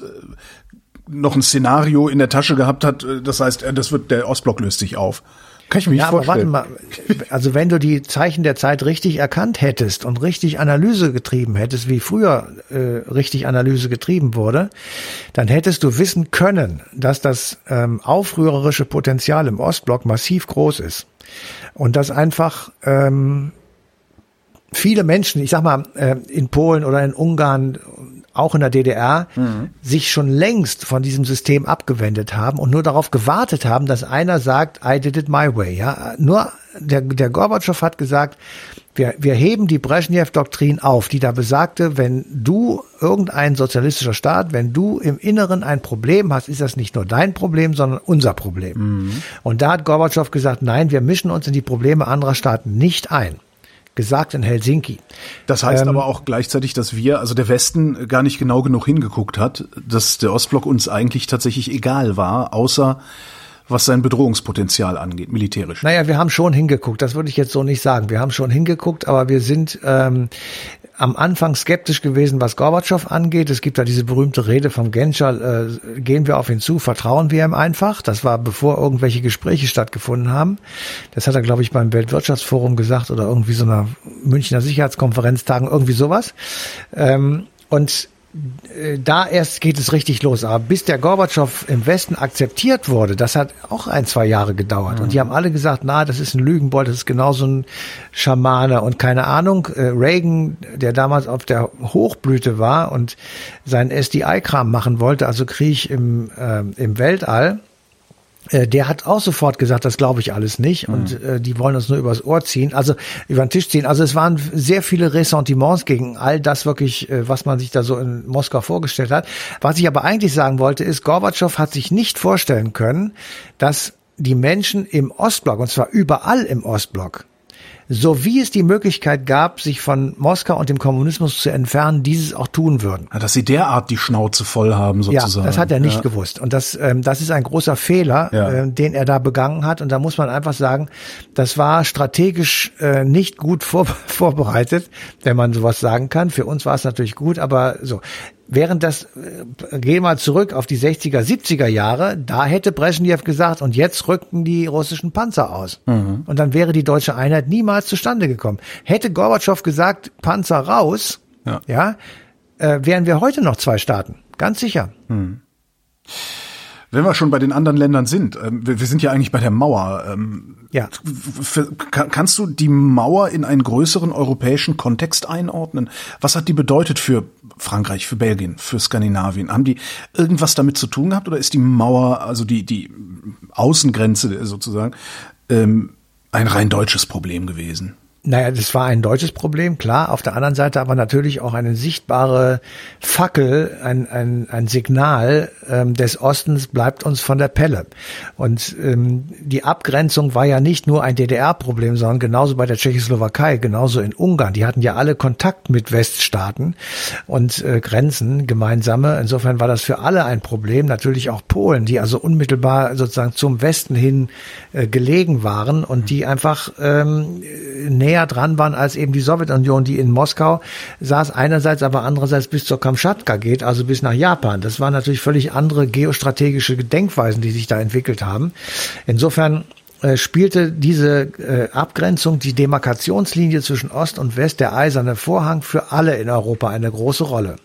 noch ein Szenario in der Tasche gehabt hat. Das heißt, das wird, der Ostblock löst sich auf. Kann ich mir ja, nicht vorstellen. Aber warte mal, also wenn du die Zeichen der Zeit richtig erkannt hättest und richtig Analyse getrieben hättest, wie früher äh, richtig Analyse getrieben wurde, dann hättest du wissen können, dass das ähm, aufrührerische Potenzial im Ostblock massiv groß ist. Und dass einfach ähm, viele Menschen, ich sag mal, äh, in Polen oder in Ungarn, auch in der D D R, mhm. sich schon längst von diesem System abgewendet haben und nur darauf gewartet haben, dass einer sagt, I did it my way. Ja, nur der, der Gorbatschow hat gesagt, wir, wir heben die Brezhnev-Doktrin auf, die da besagte, wenn du irgendein sozialistischer Staat, wenn du im Inneren ein Problem hast, ist das nicht nur dein Problem, sondern unser Problem. Mhm. Und da hat Gorbatschow gesagt, nein, wir mischen uns in die Probleme anderer Staaten nicht ein. Gesagt in Helsinki. Das heißt ähm, aber auch gleichzeitig, dass wir, also der Westen, gar nicht genau genug hingeguckt hat, dass der Ostblock uns eigentlich tatsächlich egal war, außer was sein Bedrohungspotenzial angeht, militärisch. Naja, wir haben schon hingeguckt, das würde ich jetzt so nicht sagen. Wir haben schon hingeguckt, aber wir sind ähm, am Anfang skeptisch gewesen, was Gorbatschow angeht. Es gibt da diese berühmte Rede von Genscher, äh, gehen wir auf ihn zu, vertrauen wir ihm einfach. Das war, bevor irgendwelche Gespräche stattgefunden haben. Das hat er, glaube ich, beim Weltwirtschaftsforum gesagt oder irgendwie so einer Münchner Sicherheitskonferenztagen, irgendwie sowas. Ähm, und da erst geht es richtig los. Aber bis der Gorbatschow im Westen akzeptiert wurde, das hat auch ein, zwei Jahre gedauert. Mhm. Und die haben alle gesagt, na, das ist ein Lügenbold, das ist genauso ein Schamane und keine Ahnung. Reagan, der damals auf der Hochblüte war und seinen S D I-Kram machen wollte, also Krieg im, äh, im Weltall, der hat auch sofort gesagt, das glaube ich alles nicht und mhm. äh, die wollen uns nur übers Ohr ziehen, also über den Tisch ziehen. Also es waren sehr viele Ressentiments gegen all das wirklich, äh, was man sich da so in Moskau vorgestellt hat. Was ich aber eigentlich sagen wollte, ist, Gorbatschow hat sich nicht vorstellen können, dass die Menschen im Ostblock, und zwar überall im Ostblock, so wie es die Möglichkeit gab, sich von Moskau und dem Kommunismus zu entfernen, dieses auch tun würden. Ja, dass sie derart die Schnauze voll haben, sozusagen. Ja, das hat er nicht ja. gewusst. Und das, ähm, das ist ein großer Fehler, ja. äh, den er da begangen hat. Und da muss man einfach sagen, das war strategisch äh, nicht gut vor, vorbereitet, wenn man sowas sagen kann. Für uns war es natürlich gut, aber so. Während das, äh, gehen wir zurück auf die sechziger, siebziger Jahre, da hätte Brezhnev gesagt, und jetzt rückten die russischen Panzer aus. Mhm. Und dann wäre die deutsche Einheit niemals zustande gekommen. Hätte Gorbatschow gesagt, Panzer raus, ja, ja äh, wären wir heute noch zwei Staaten. Ganz sicher. Mhm. Wenn wir schon bei den anderen Ländern sind, ähm, wir, wir sind ja eigentlich bei der Mauer. Ähm, ja. Für, kann, kannst du die Mauer in einen größeren europäischen Kontext einordnen? Was hat die bedeutet für Frankreich, für Belgien, für Skandinavien? Haben die irgendwas damit zu tun gehabt oder ist die Mauer, also die, die Außengrenze sozusagen, ähm, ein rein deutsches Problem gewesen? Naja, das war ein deutsches Problem, klar. Auf der anderen Seite aber natürlich auch eine sichtbare Fackel, ein, ein, ein Signal ähm, des Ostens, bleibt uns von der Pelle. Und ähm, die Abgrenzung war ja nicht nur ein D D R-Problem, sondern genauso bei der Tschechoslowakei, genauso in Ungarn. Die hatten ja alle Kontakt mit Weststaaten und äh, Grenzen, gemeinsame. Insofern war das für alle ein Problem. Natürlich auch Polen, die also unmittelbar sozusagen zum Westen hin äh, gelegen waren und die einfach ähm, näher dran waren als eben die Sowjetunion, die in Moskau saß, einerseits, aber andererseits bis zur Kamtschatka geht, also bis nach Japan. Das waren natürlich völlig andere geostrategische Denkweisen, die sich da entwickelt haben. Insofern äh, spielte diese äh, Abgrenzung, die Demarkationslinie zwischen Ost und West, der eiserne Vorhang, für alle in Europa eine große Rolle.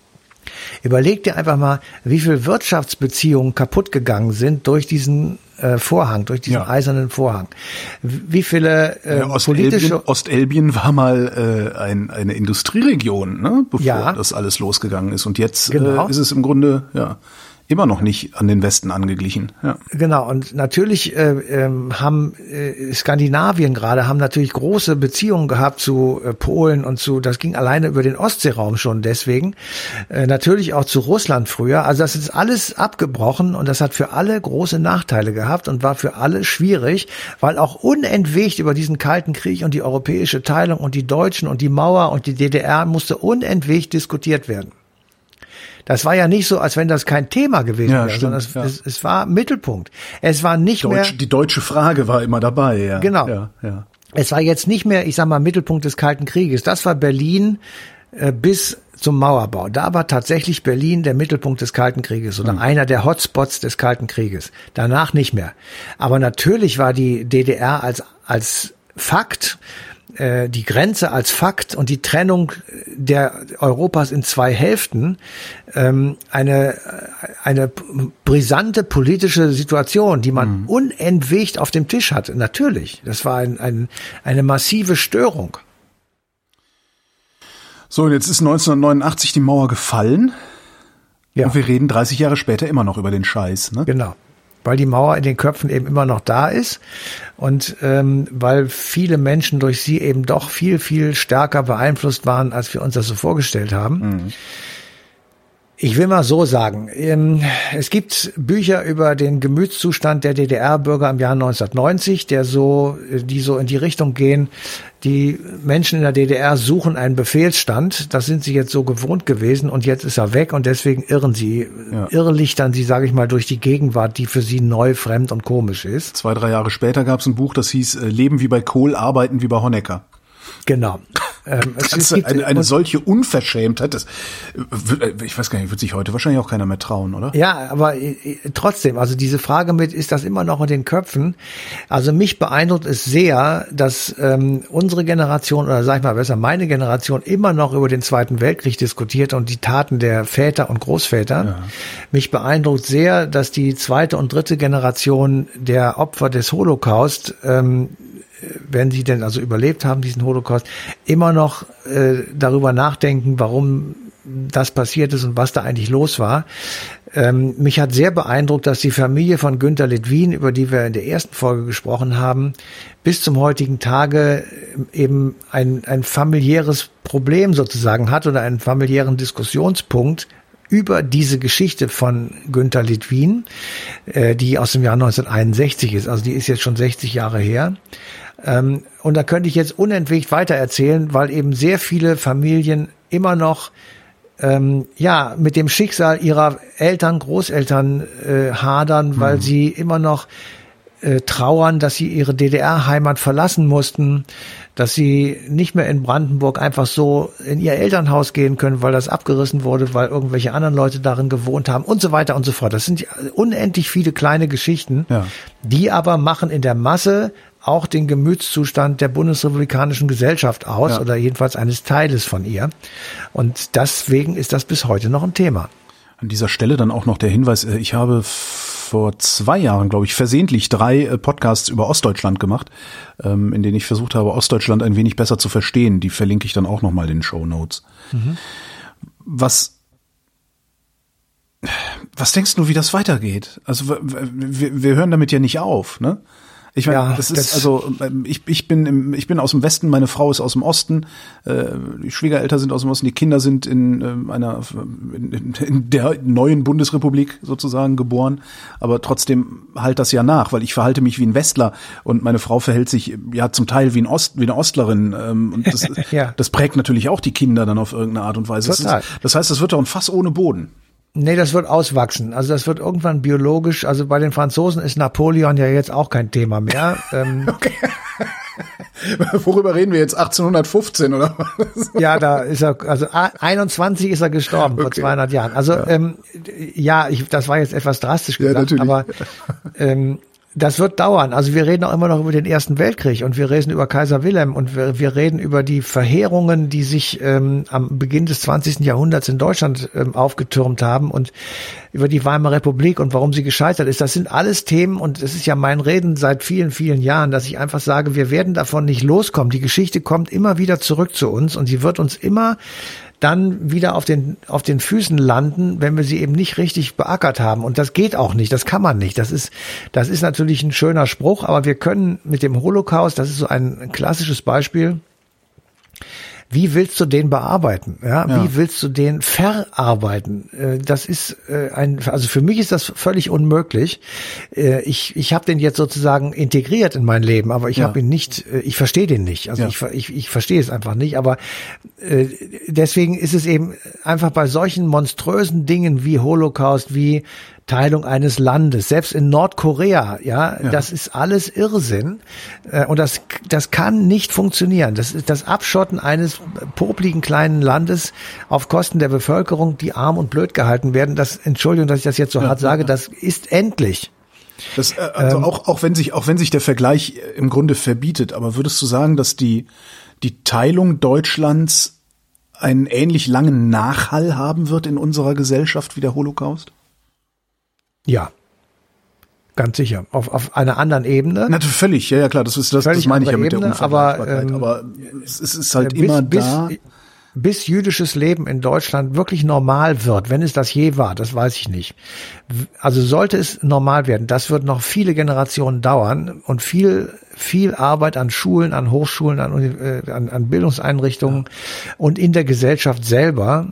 Überleg dir einfach mal, wie viele Wirtschaftsbeziehungen kaputt gegangen sind durch diesen äh, Vorhang, durch diesen ja. eisernen Vorhang. Wie viele äh, ja, Ostelbien, politische... Ostelbien war mal äh, ein, eine Industrieregion, ne, bevor ja. das alles losgegangen ist. Und jetzt genau. äh, ist es im Grunde ja immer noch nicht an den Westen angeglichen. Ja. Genau, und natürlich äh, äh, haben äh, Skandinavien gerade haben natürlich große Beziehungen gehabt zu äh, Polen und zu, das ging alleine über den Ostseeraum schon deswegen, äh, natürlich auch zu Russland früher. Also das ist alles abgebrochen und das hat für alle große Nachteile gehabt und war für alle schwierig, weil auch unentwegt über diesen Kalten Krieg und die europäische Teilung und die Deutschen und die Mauer und die D D R musste unentwegt diskutiert werden. Das war ja nicht so, als wenn das kein Thema gewesen ja, wäre, stimmt, sondern es, ja. es, es war Mittelpunkt. Es war nicht Deutsch, mehr... Die deutsche Frage war immer dabei, ja. Genau. Ja, ja. Es war jetzt nicht mehr, ich sag mal, Mittelpunkt des Kalten Krieges. Das war Berlin äh, bis zum Mauerbau. Da war tatsächlich Berlin der Mittelpunkt des Kalten Krieges oder mhm. einer der Hotspots des Kalten Krieges. Danach nicht mehr. Aber natürlich war die D D R als als Fakt, die Grenze als Fakt und die Trennung der Europas in zwei Hälften ähm, eine eine brisante politische Situation, die man mhm. unentwegt auf dem Tisch hatte. Natürlich, das war ein, ein, eine massive Störung. So, jetzt ist neunzehnhundertneunundachtzig die Mauer gefallen ja. und wir reden dreißig Jahre später immer noch über den Scheiß, ne? Genau. Weil die Mauer in den Köpfen eben immer noch da ist und ähm, weil viele Menschen durch sie eben doch viel, viel stärker beeinflusst waren, als wir uns das so vorgestellt haben. Mhm. Ich will mal so sagen, ähm, es gibt Bücher über den Gemütszustand der D D R-Bürger im Jahr neunzehnhundertneunzig, der so, die so in die Richtung gehen, die Menschen in der D D R suchen einen Befehlsstand, das sind sie jetzt so gewohnt gewesen und jetzt ist er weg und deswegen irren sie, ja. irrlichtern sie, sage ich mal, durch die Gegenwart, die für sie neu, fremd und komisch ist. Zwei, drei Jahre später gab es ein Buch, das hieß Leben wie bei Kohl, arbeiten wie bei Honecker. Genau. Ähm, es, es gibt, eine, eine solche Unverschämtheit, das, ich weiß gar nicht, wird sich heute wahrscheinlich auch keiner mehr trauen, oder? Ja, aber äh, trotzdem, also diese Frage mit, ist das immer noch in den Köpfen? Also mich beeindruckt es sehr, dass ähm, unsere Generation, oder sag ich mal besser, meine Generation immer noch über den Zweiten Weltkrieg diskutiert und die Taten der Väter und Großväter. Ja. Mich beeindruckt sehr, dass die zweite und dritte Generation der Opfer des Holocaust, ähm, wenn sie denn also überlebt haben, diesen Holocaust, immer noch äh, darüber nachdenken, warum das passiert ist und was da eigentlich los war. Ähm, mich hat sehr beeindruckt, dass die Familie von Günter Litwin, über die wir in der ersten Folge gesprochen haben, bis zum heutigen Tage eben ein, ein familiäres Problem sozusagen hat oder einen familiären Diskussionspunkt über diese Geschichte von Günter Litwin, äh, die aus dem Jahr neunzehnhunderteinundsechzig ist, also die ist jetzt schon sechzig Jahre her. Ähm, und da könnte ich jetzt unentwegt weiter erzählen, weil eben sehr viele Familien immer noch ähm, ja mit dem Schicksal ihrer Eltern, Großeltern äh, hadern, weil mhm. sie immer noch äh, trauern, dass sie ihre D D R-Heimat verlassen mussten, dass sie nicht mehr in Brandenburg einfach so in ihr Elternhaus gehen können, weil das abgerissen wurde, weil irgendwelche anderen Leute darin gewohnt haben und so weiter und so fort. Das sind unendlich viele kleine Geschichten, ja. die aber machen in der Masse auch den Gemütszustand der bundesrepublikanischen Gesellschaft aus ja. oder jedenfalls eines Teiles von ihr. Und deswegen ist das bis heute noch ein Thema. An dieser Stelle dann auch noch der Hinweis, ich habe vor zwei Jahren, glaube ich, versehentlich drei äh, Podcasts über Ostdeutschland gemacht, ähm, in denen ich versucht habe, Ostdeutschland ein wenig besser zu verstehen. Die verlinke ich dann auch nochmal in den Shownotes. Mhm. Was, was denkst du, wie das weitergeht? Also wir, wir hören damit ja nicht auf, ne? Ich meine, ja, das ist das also ich ich bin im, ich bin aus dem Westen, meine Frau ist aus dem Osten, äh, die Schwiegereltern sind aus dem Osten, die Kinder sind in äh, einer in, in der neuen Bundesrepublik sozusagen geboren, aber trotzdem halt das ja nach, weil ich verhalte mich wie ein Westler und meine Frau verhält sich ja zum Teil wie ein Ost wie eine Ostlerin ähm, und das ja. das prägt natürlich auch die Kinder dann auf irgendeine Art und Weise. Total. Das, ist, das heißt, das wird doch ein Fass ohne Boden. Nee, das wird auswachsen. Also das wird irgendwann biologisch, also bei den Franzosen ist Napoleon ja jetzt auch kein Thema mehr. ähm, okay. Worüber reden wir jetzt? achtzehnhundertfünfzehn oder was? Ja, da ist er, also einundzwanzig ist er gestorben, okay. Vor zweihundert Jahren. Also ja, ähm, ja ich, das war jetzt etwas drastisch gesagt, ja, aber ähm, das wird dauern. Also wir reden auch immer noch über den Ersten Weltkrieg und wir reden über Kaiser Wilhelm und wir, wir reden über die Verheerungen, die sich ähm, am Beginn des zwanzigsten Jahrhunderts in Deutschland ähm, aufgetürmt haben und über die Weimarer Republik und warum sie gescheitert ist. Das sind alles Themen und es ist ja mein Reden seit vielen, vielen Jahren, dass ich einfach sage, wir werden davon nicht loskommen. Die Geschichte kommt immer wieder zurück zu uns und sie wird uns immer dann wieder auf den auf den Füßen landen, wenn wir sie eben nicht richtig beackert haben. Und das geht auch nicht, das kann man nicht. Das ist das ist natürlich ein schöner Spruch, aber wir können mit dem Holocaust, das ist so ein klassisches Beispiel, wie willst du den bearbeiten? Ja, ja. Wie willst du den verarbeiten? Das ist ein, also für mich ist das völlig unmöglich. Ich ich habe den jetzt sozusagen integriert in mein Leben, aber ich ja. habe ihn nicht, ich verstehe den nicht. Also ja. ich, ich ich verstehe es einfach nicht. Aber deswegen ist es eben einfach bei solchen monströsen Dingen wie Holocaust, wie Teilung eines Landes, selbst in Nordkorea, ja, ja, das ist alles Irrsinn äh, und das das kann nicht funktionieren. Das ist das Abschotten eines popligen kleinen Landes auf Kosten der Bevölkerung, die arm und blöd gehalten werden. Das, Entschuldigung, dass ich das jetzt so ja, hart sage, ja. Das ist endlich. Das, äh, also ähm, auch auch wenn sich auch wenn sich der Vergleich im Grunde verbietet, aber würdest du sagen, dass die die Teilung Deutschlands einen ähnlich langen Nachhall haben wird in unserer Gesellschaft wie der Holocaust? Ja, ganz sicher. Auf, auf einer anderen Ebene. Natürlich, völlig, ja, ja, klar, das ist das, das meine ich ja mit Ebene, der Unvergleichbarkeit. Aber, ähm, aber es, es ist halt bis, immer da. Bis, bis jüdisches Leben in Deutschland wirklich normal wird, wenn es das je war, das weiß ich nicht. Also sollte es normal werden, das wird noch viele Generationen dauern und viel, viel Arbeit an Schulen, an Hochschulen, an, äh, an, an Bildungseinrichtungen ja. und in der Gesellschaft selber.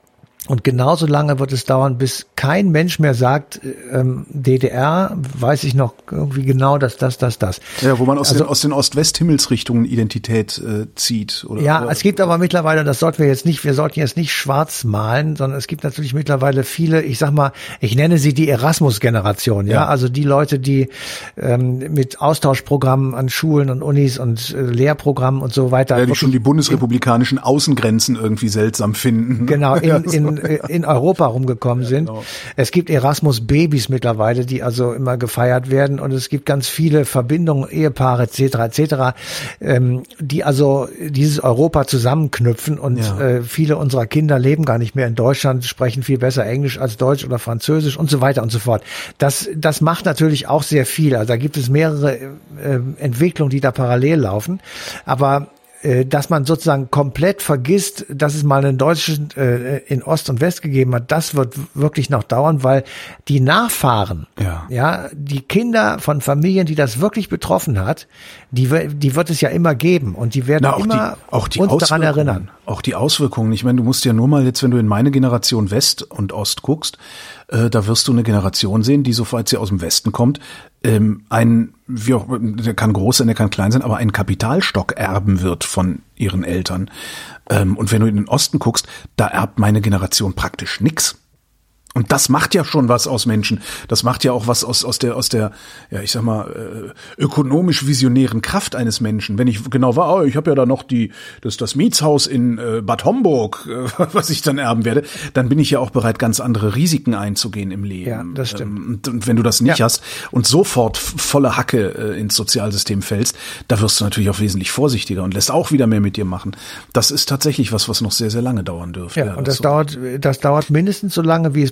Und genauso lange wird es dauern, bis kein Mensch mehr sagt, ähm, D D R, weiß ich noch irgendwie genau, dass das, das, das. Ja, wo man aus also, den, aus den Ost-West-Himmelsrichtungen Identität äh, zieht. Oder, ja, oder? Es gibt aber mittlerweile, das sollten wir jetzt nicht, wir sollten jetzt nicht schwarz malen, sondern es gibt natürlich mittlerweile viele, ich sag mal, ich nenne sie die Erasmus-Generation, ja, ja? Also die Leute, die ähm, mit Austauschprogrammen an Schulen und Unis und äh, Lehrprogrammen und so weiter. Ja, die schon die bundesrepublikanischen Außengrenzen irgendwie seltsam finden. Genau, in, in in Europa rumgekommen sind. Ja, genau. Es gibt Erasmus-Babys mittlerweile, die also immer gefeiert werden und es gibt ganz viele Verbindungen, Ehepaare et cetera et cetera, ähm, die also dieses Europa zusammenknüpfen und ja. äh, viele unserer Kinder leben gar nicht mehr in Deutschland, sprechen viel besser Englisch als Deutsch oder Französisch und so weiter und so fort. Das, das macht natürlich auch sehr viel. Also da gibt es mehrere äh, Entwicklungen, die da parallel laufen, aber dass man sozusagen komplett vergisst, dass es mal einen Deutschen äh, in Ost und West gegeben hat, das wird wirklich noch dauern, weil die Nachfahren, ja, ja die Kinder von Familien, die das wirklich betroffen hat, die, die wird es ja immer geben und die werden Na, auch immer die, auch die uns daran erinnern. Auch die Auswirkungen. Ich meine, du musst ja nur mal jetzt, wenn du in meine Generation West und Ost guckst, äh, da wirst du eine Generation sehen, die, sofort sie aus dem Westen kommt, ähm, ein, wie auch, der kann groß sein, der kann klein sein, aber einen Kapitalstock erben wird von ihren Eltern. Ähm, und wenn du in den Osten guckst, da erbt meine Generation praktisch nix. Und das macht ja schon was aus Menschen. Das macht ja auch was aus aus der aus der ja ich sag mal äh, ökonomisch visionären Kraft eines Menschen. Wenn ich genau war, oh, ich habe ja da noch die das das Mietshaus in äh, Bad Homburg, äh, was ich dann erben werde, dann bin ich ja auch bereit, ganz andere Risiken einzugehen im Leben. Ja, das stimmt. Ähm, und, und wenn du das nicht ja. hast und sofort volle Hacke äh, ins Sozialsystem fällst, da wirst du natürlich auch wesentlich vorsichtiger und lässt auch wieder mehr mit dir machen. Das ist tatsächlich was, was noch sehr sehr lange dauern dürfte. Ja, ja und das, das so. dauert das dauert mindestens so lange, wie es bei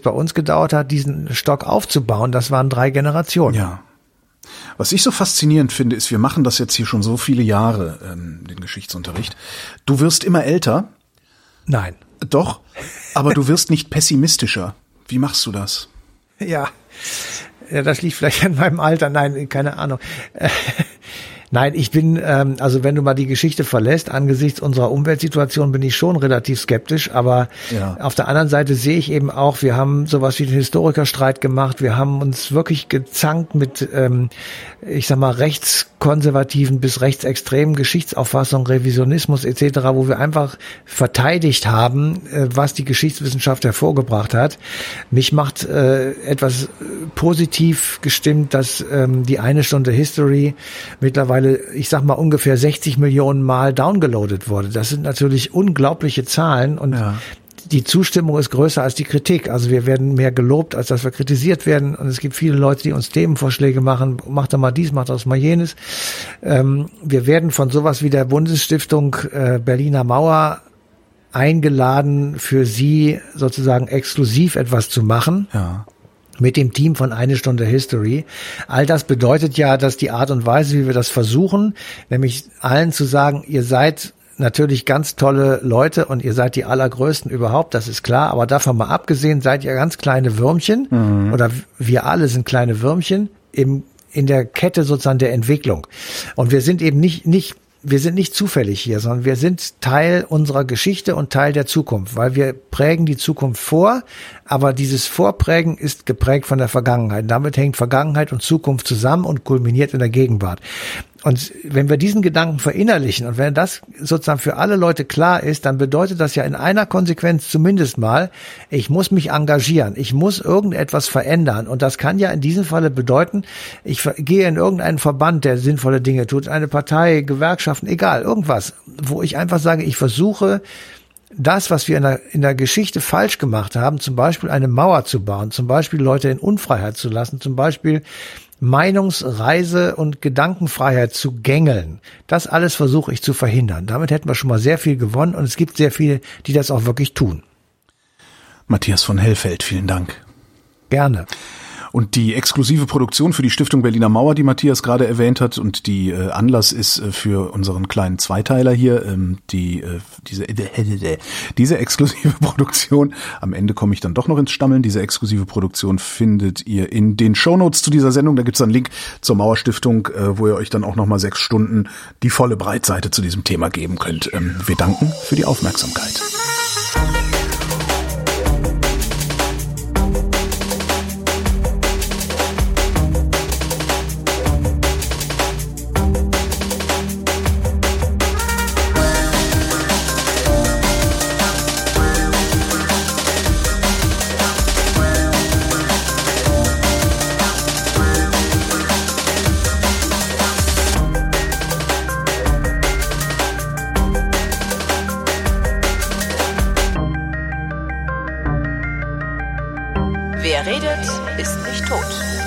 bei uns gedauert hat, diesen Stock aufzubauen. Das waren drei Generationen. Ja. Was ich so faszinierend finde, ist, wir machen das jetzt hier schon so viele Jahre, ähm, den Geschichtsunterricht. Du wirst immer älter. Nein. Doch, aber du wirst nicht pessimistischer. Wie machst du das? Ja, ja, das liegt vielleicht an meinem Alter. Nein, keine Ahnung. Nein, ich bin, ähm, also wenn du mal die Geschichte verlässt, angesichts unserer Umweltsituation bin ich schon relativ skeptisch, aber ja. Auf der anderen Seite sehe ich eben auch, wir haben sowas wie den Historikerstreit gemacht, wir haben uns wirklich gezankt mit, ähm, ich sag mal, rechtskonservativen bis rechtsextremen Geschichtsauffassungen, Revisionismus et cetera, wo wir einfach verteidigt haben, äh, was die Geschichtswissenschaft hervorgebracht hat. Mich macht äh, etwas positiv gestimmt, dass ähm, die eine Stunde History mittlerweile, ich sag mal, ungefähr sechzig Millionen Mal downgeloadet wurde. Das sind natürlich unglaubliche Zahlen und ja. Die Zustimmung ist größer als die Kritik. Also wir werden mehr gelobt, als dass wir kritisiert werden. Und es gibt viele Leute, die uns Themenvorschläge machen. Mach doch mal dies, mach doch mal jenes. Ähm, wir werden von sowas wie der Bundesstiftung äh, Berliner Mauer eingeladen, für sie sozusagen exklusiv etwas zu machen. Ja. Mit dem Team von Eine Stunde History. All das bedeutet ja, dass die Art und Weise, wie wir das versuchen, nämlich allen zu sagen, ihr seid natürlich ganz tolle Leute und ihr seid die allergrößten überhaupt, das ist klar, aber davon mal abgesehen, seid ihr ganz kleine Würmchen mhm. oder wir alle sind kleine Würmchen im, in der Kette sozusagen der Entwicklung. Und wir sind eben nicht, nicht Wir sind nicht zufällig hier, sondern wir sind Teil unserer Geschichte und Teil der Zukunft, weil wir prägen die Zukunft vor, aber dieses Vorprägen ist geprägt von der Vergangenheit. Damit hängt Vergangenheit und Zukunft zusammen und kulminiert in der Gegenwart. Und wenn wir diesen Gedanken verinnerlichen und wenn das sozusagen für alle Leute klar ist, dann bedeutet das ja in einer Konsequenz zumindest mal, ich muss mich engagieren, ich muss irgendetwas verändern. Und das kann ja in diesem Falle bedeuten, ich gehe in irgendeinen Verband, der sinnvolle Dinge tut, eine Partei, Gewerkschaften, egal, irgendwas, wo ich einfach sage, ich versuche, das, was wir in der, in der Geschichte falsch gemacht haben, zum Beispiel eine Mauer zu bauen, zum Beispiel Leute in Unfreiheit zu lassen, zum Beispiel Meinungs-, Reise- und Gedankenfreiheit zu gängeln. Das alles versuche ich zu verhindern. Damit hätten wir schon mal sehr viel gewonnen und es gibt sehr viele, die das auch wirklich tun. Matthias von Hellfeld, vielen Dank. Gerne. Und die exklusive Produktion für die Stiftung Berliner Mauer, die Matthias gerade erwähnt hat, und die äh, Anlass ist äh, für unseren kleinen Zweiteiler hier, ähm, die äh, diese äh, diese exklusive Produktion, am Ende komme ich dann doch noch ins Stammeln, diese exklusive Produktion findet ihr in den Shownotes zu dieser Sendung, da gibt's einen Link zur Mauerstiftung, äh, wo ihr euch dann auch nochmal sechs Stunden die volle Breitseite zu diesem Thema geben könnt. Ähm, wir danken für die Aufmerksamkeit. Wer redet, ist nicht tot.